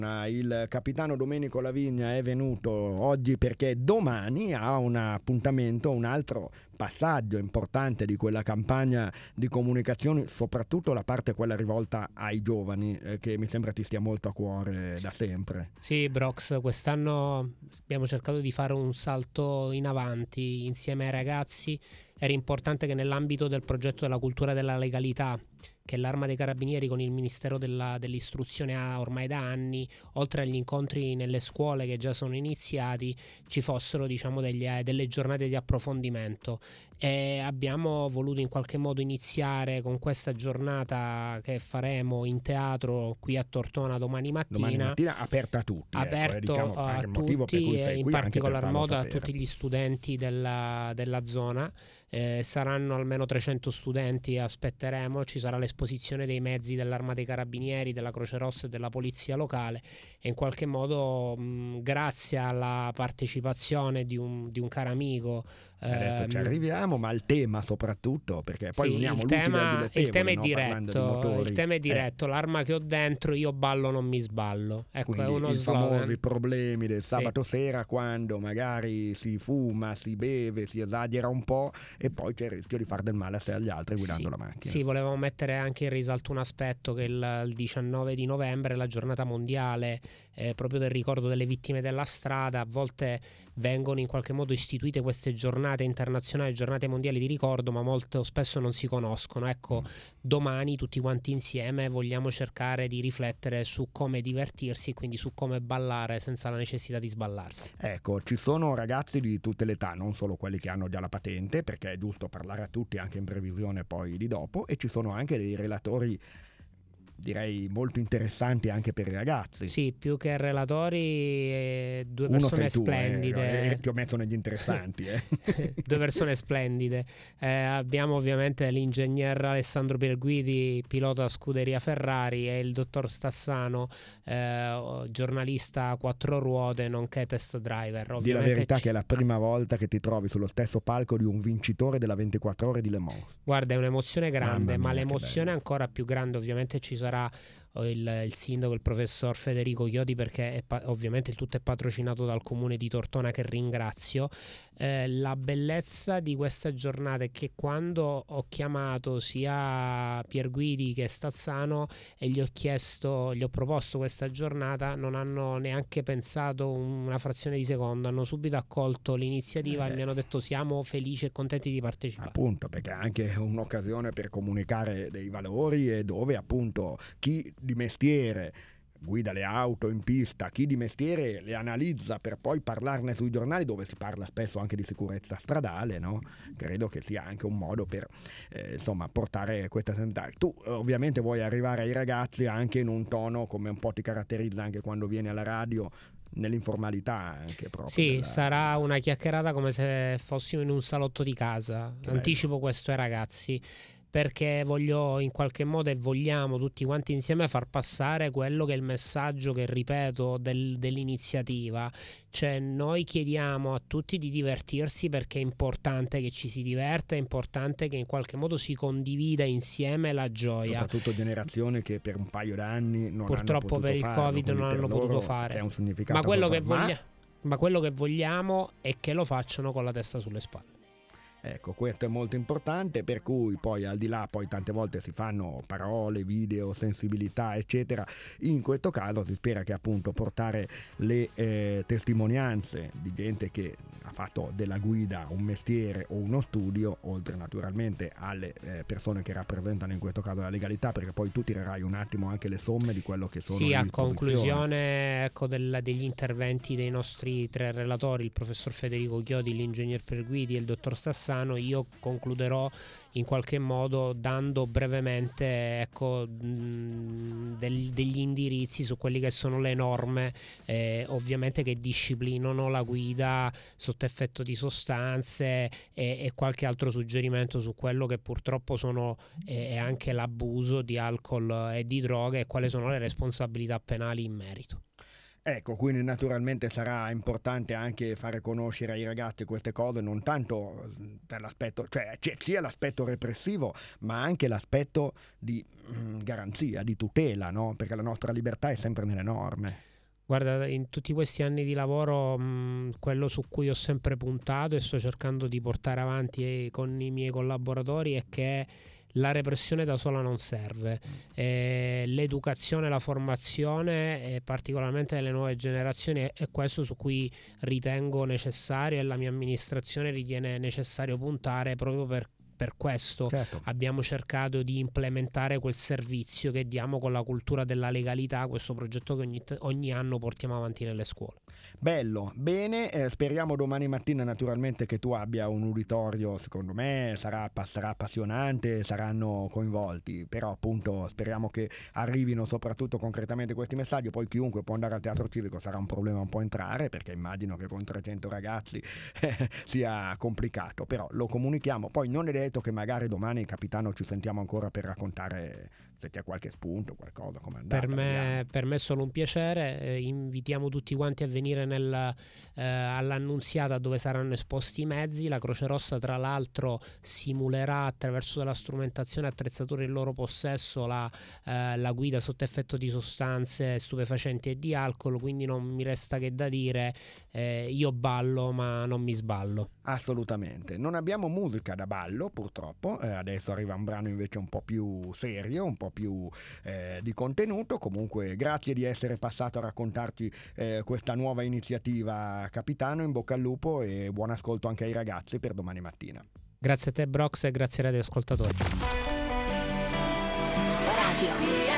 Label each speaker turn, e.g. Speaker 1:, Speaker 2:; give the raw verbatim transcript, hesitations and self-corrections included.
Speaker 1: Il capitano Domenico Lavigna è venuto oggi perché domani ha un appuntamento, un altro passaggio importante di quella campagna di comunicazione, soprattutto la parte quella rivolta ai giovani, eh, che mi sembra ti stia molto a cuore da sempre.
Speaker 2: Sì, Brox, quest'anno abbiamo cercato di fare un salto in avanti insieme ai ragazzi. Era importante che nell'ambito del progetto della cultura della legalità, che l'Arma dei Carabinieri con il Ministero della, dell'Istruzione ha ormai da anni, oltre agli incontri nelle scuole che già sono iniziati, ci fossero, diciamo, degli, delle giornate di approfondimento. E abbiamo voluto in qualche modo iniziare con questa giornata che faremo in teatro qui a Tortona domani mattina.
Speaker 1: Domani mattina aperta a tutti.
Speaker 2: Aperto,
Speaker 1: ecco, diciamo,
Speaker 2: a
Speaker 1: tutti
Speaker 2: e in particolar modo a
Speaker 1: sapere.
Speaker 2: tutti gli studenti della, della zona. Eh, saranno almeno trecento studenti, aspetteremo, ci sarà l'esposizione dei mezzi dell'Arma dei Carabinieri, della Croce Rossa e della Polizia Locale, e in qualche modo mh, grazie alla partecipazione di un, di un caro amico.
Speaker 1: Adesso
Speaker 2: ehm,
Speaker 1: ci arriviamo, ma il tema soprattutto, perché poi
Speaker 2: sì,
Speaker 1: uniamo
Speaker 2: il
Speaker 1: l'utile
Speaker 2: tema,
Speaker 1: al dilettevole,
Speaker 2: il tema è
Speaker 1: no? Parlando di
Speaker 2: diretto,
Speaker 1: motori.
Speaker 2: il tema è
Speaker 1: Eh,
Speaker 2: diretto, l'arma che ho dentro, io ballo non mi sballo. Ecco, è
Speaker 1: Quindi
Speaker 2: uno
Speaker 1: i
Speaker 2: slogan.
Speaker 1: famosi problemi del
Speaker 2: Sì.
Speaker 1: sabato sera, quando magari si fuma, si beve, si esagera un po' e poi c'è il rischio di far del male a sé e agli altri guidando
Speaker 2: Sì,
Speaker 1: la macchina.
Speaker 2: sì, volevamo mettere anche in risalto un aspetto, che il, il diciannove di novembre è la giornata mondiale eh, proprio del ricordo delle vittime della strada. A volte vengono in qualche modo istituite queste giornate internazionali, giornate mondiali di ricordo, ma molto spesso non si conoscono. Ecco,
Speaker 1: Mm.
Speaker 2: domani tutti quanti insieme vogliamo cercare di riflettere su come divertirsi, quindi su come ballare senza la necessità di sballarsi.
Speaker 1: Ecco, ci sono ragazzi di tutte le età, non solo quelli che hanno già la patente, perché è giusto parlare a tutti anche in previsione poi di dopo, e ci sono anche dei relatori, direi molto interessanti anche per i ragazzi.
Speaker 2: Sì, più che relatori, eh, due
Speaker 1: Uno
Speaker 2: persone
Speaker 1: sei tu,
Speaker 2: splendide.
Speaker 1: eh, ti ho messo negli interessanti. Eh.
Speaker 2: Due persone splendide. Eh, abbiamo ovviamente l'ingegner Alessandro Pierguidi, pilota scuderia Ferrari, e il dottor Stassano, eh, giornalista a quattro ruote, nonché test driver.
Speaker 1: Di la
Speaker 2: Ovviamente
Speaker 1: verità
Speaker 2: ci-
Speaker 1: che è la prima volta che ti trovi sullo stesso palco di un vincitore della ventiquattro ore di Le Mans.
Speaker 2: Guarda, è un'emozione grande,
Speaker 1: Mamma
Speaker 2: ma
Speaker 1: mia, che
Speaker 2: l'emozione
Speaker 1: bello.
Speaker 2: ancora più grande ovviamente ci sarà oh, il, il sindaco, il professor Federico Chiodi, perché è pa- ovviamente il tutto è patrocinato dal comune di Tortona, che ringrazio. Eh, la bellezza di questa giornata è che quando ho chiamato sia Pierguidi che Stazzano e gli ho chiesto, gli ho proposto questa giornata, non hanno neanche pensato una frazione di secondo, hanno subito accolto l'iniziativa
Speaker 1: Eh,
Speaker 2: e mi hanno detto siamo felici e contenti di partecipare.
Speaker 1: Appunto, perché è anche un'occasione per comunicare dei valori, e dove appunto chi di mestiere guida le auto in pista, chi di mestiere le analizza per poi parlarne sui giornali, dove si parla spesso anche di sicurezza stradale, no? Credo che sia anche un modo per eh, insomma portare questa sensibilità. Tu ovviamente vuoi arrivare ai ragazzi anche in un tono, come un po' ti caratterizza anche quando vieni alla radio, nell'informalità anche proprio.
Speaker 2: Sì,
Speaker 1: della,
Speaker 2: sarà
Speaker 1: della...
Speaker 2: una chiacchierata come se fossimo in un salotto di casa.
Speaker 1: Che
Speaker 2: Anticipo
Speaker 1: bello.
Speaker 2: questo ai ragazzi, perché voglio in qualche modo, e vogliamo tutti quanti insieme, far passare quello che è il messaggio che, ripeto, del- dell'iniziativa. Cioè, noi chiediamo a tutti di divertirsi, perché è importante che ci si diverta, è importante che in qualche modo si condivida insieme la gioia.
Speaker 1: Soprattutto generazioni che per un paio d'anni non
Speaker 2: Purtroppo
Speaker 1: hanno potuto
Speaker 2: per il
Speaker 1: farlo,
Speaker 2: Covid
Speaker 1: quindi
Speaker 2: non
Speaker 1: per
Speaker 2: hanno
Speaker 1: loro
Speaker 2: potuto fare.
Speaker 1: c'è un significato
Speaker 2: Ma quello, che
Speaker 1: sopra- ma-
Speaker 2: voglia- ma quello che vogliamo è che lo facciano con la testa sulle spalle.
Speaker 1: Ecco, questo è molto importante, per cui poi al di là poi tante volte si fanno parole, video, sensibilità eccetera. In questo caso si spera che appunto portare le eh, testimonianze di gente che ha fatto della guida un mestiere o uno studio, oltre naturalmente alle eh, persone che rappresentano in questo caso la legalità, perché poi tu tirerai un attimo anche le somme di quello che sono
Speaker 2: Sì,
Speaker 1: le
Speaker 2: a
Speaker 1: disposizioni.
Speaker 2: conclusione, ecco, del- degli interventi dei nostri tre relatori, il professor Federico Chiodi, l'ingegner Perguidi e il dottor Stassano, io concluderò in qualche modo dando brevemente, ecco, mh, del- degli indirizzi su quelli che sono le norme, eh, ovviamente, che disciplinano la guida sotto effetto di sostanze, e, e qualche altro suggerimento su quello che purtroppo sono eh, è anche l'abuso di alcol e di droghe, e quali sono le responsabilità penali in merito.
Speaker 1: Ecco, quindi naturalmente sarà importante anche fare conoscere ai ragazzi queste cose, non tanto per l'aspetto, cioè c'è sia l'aspetto repressivo, ma anche l'aspetto di mm, garanzia, di tutela, no? Perché la nostra libertà è sempre nelle norme.
Speaker 2: Guarda, in tutti questi anni di lavoro, mh, quello su cui ho sempre puntato e sto cercando di portare avanti eh, con i miei collaboratori è che la repressione da sola non serve. Eh, l'educazione, la formazione, eh, particolarmente delle nuove generazioni, è, è questo su cui ritengo necessario e la mia amministrazione ritiene necessario puntare proprio per Per questo
Speaker 1: Certo.
Speaker 2: abbiamo cercato di implementare quel servizio che diamo con la cultura della legalità, questo progetto che ogni, ogni anno portiamo avanti nelle scuole.
Speaker 1: Bello, bene, eh, speriamo domani mattina naturalmente che tu abbia un uditorio, secondo me sarà, sarà appassionante, saranno coinvolti, però appunto speriamo che arrivino soprattutto concretamente questi messaggi. Poi chiunque può andare al teatro civico, sarà un problema un po' entrare, perché immagino che con trecento ragazzi eh, sia complicato, però lo comunichiamo. Poi non è detto che magari domani, capitano, ci sentiamo ancora per raccontare se c'è qualche spunto, qualcosa, come è andata.
Speaker 2: Per me, per me è solo un piacere, eh, invitiamo tutti quanti a venire nel, eh, all'Annunziata, dove saranno esposti i mezzi. La Croce Rossa tra l'altro simulerà attraverso la strumentazione e attrezzature in loro possesso la, eh, la guida sotto effetto di sostanze stupefacenti e di alcol, quindi non mi resta che da dire eh, io ballo ma non mi sballo.
Speaker 1: Assolutamente, non abbiamo musica da ballo purtroppo, eh, adesso arriva un brano invece un po' più serio, un po' più eh, di contenuto. Comunque grazie di essere passato a raccontarci eh, questa nuova iniziativa, capitano, in bocca al lupo e buon ascolto anche ai ragazzi per domani mattina.
Speaker 2: Grazie a te Brox e grazie ai radioascoltatori.
Speaker 3: Radio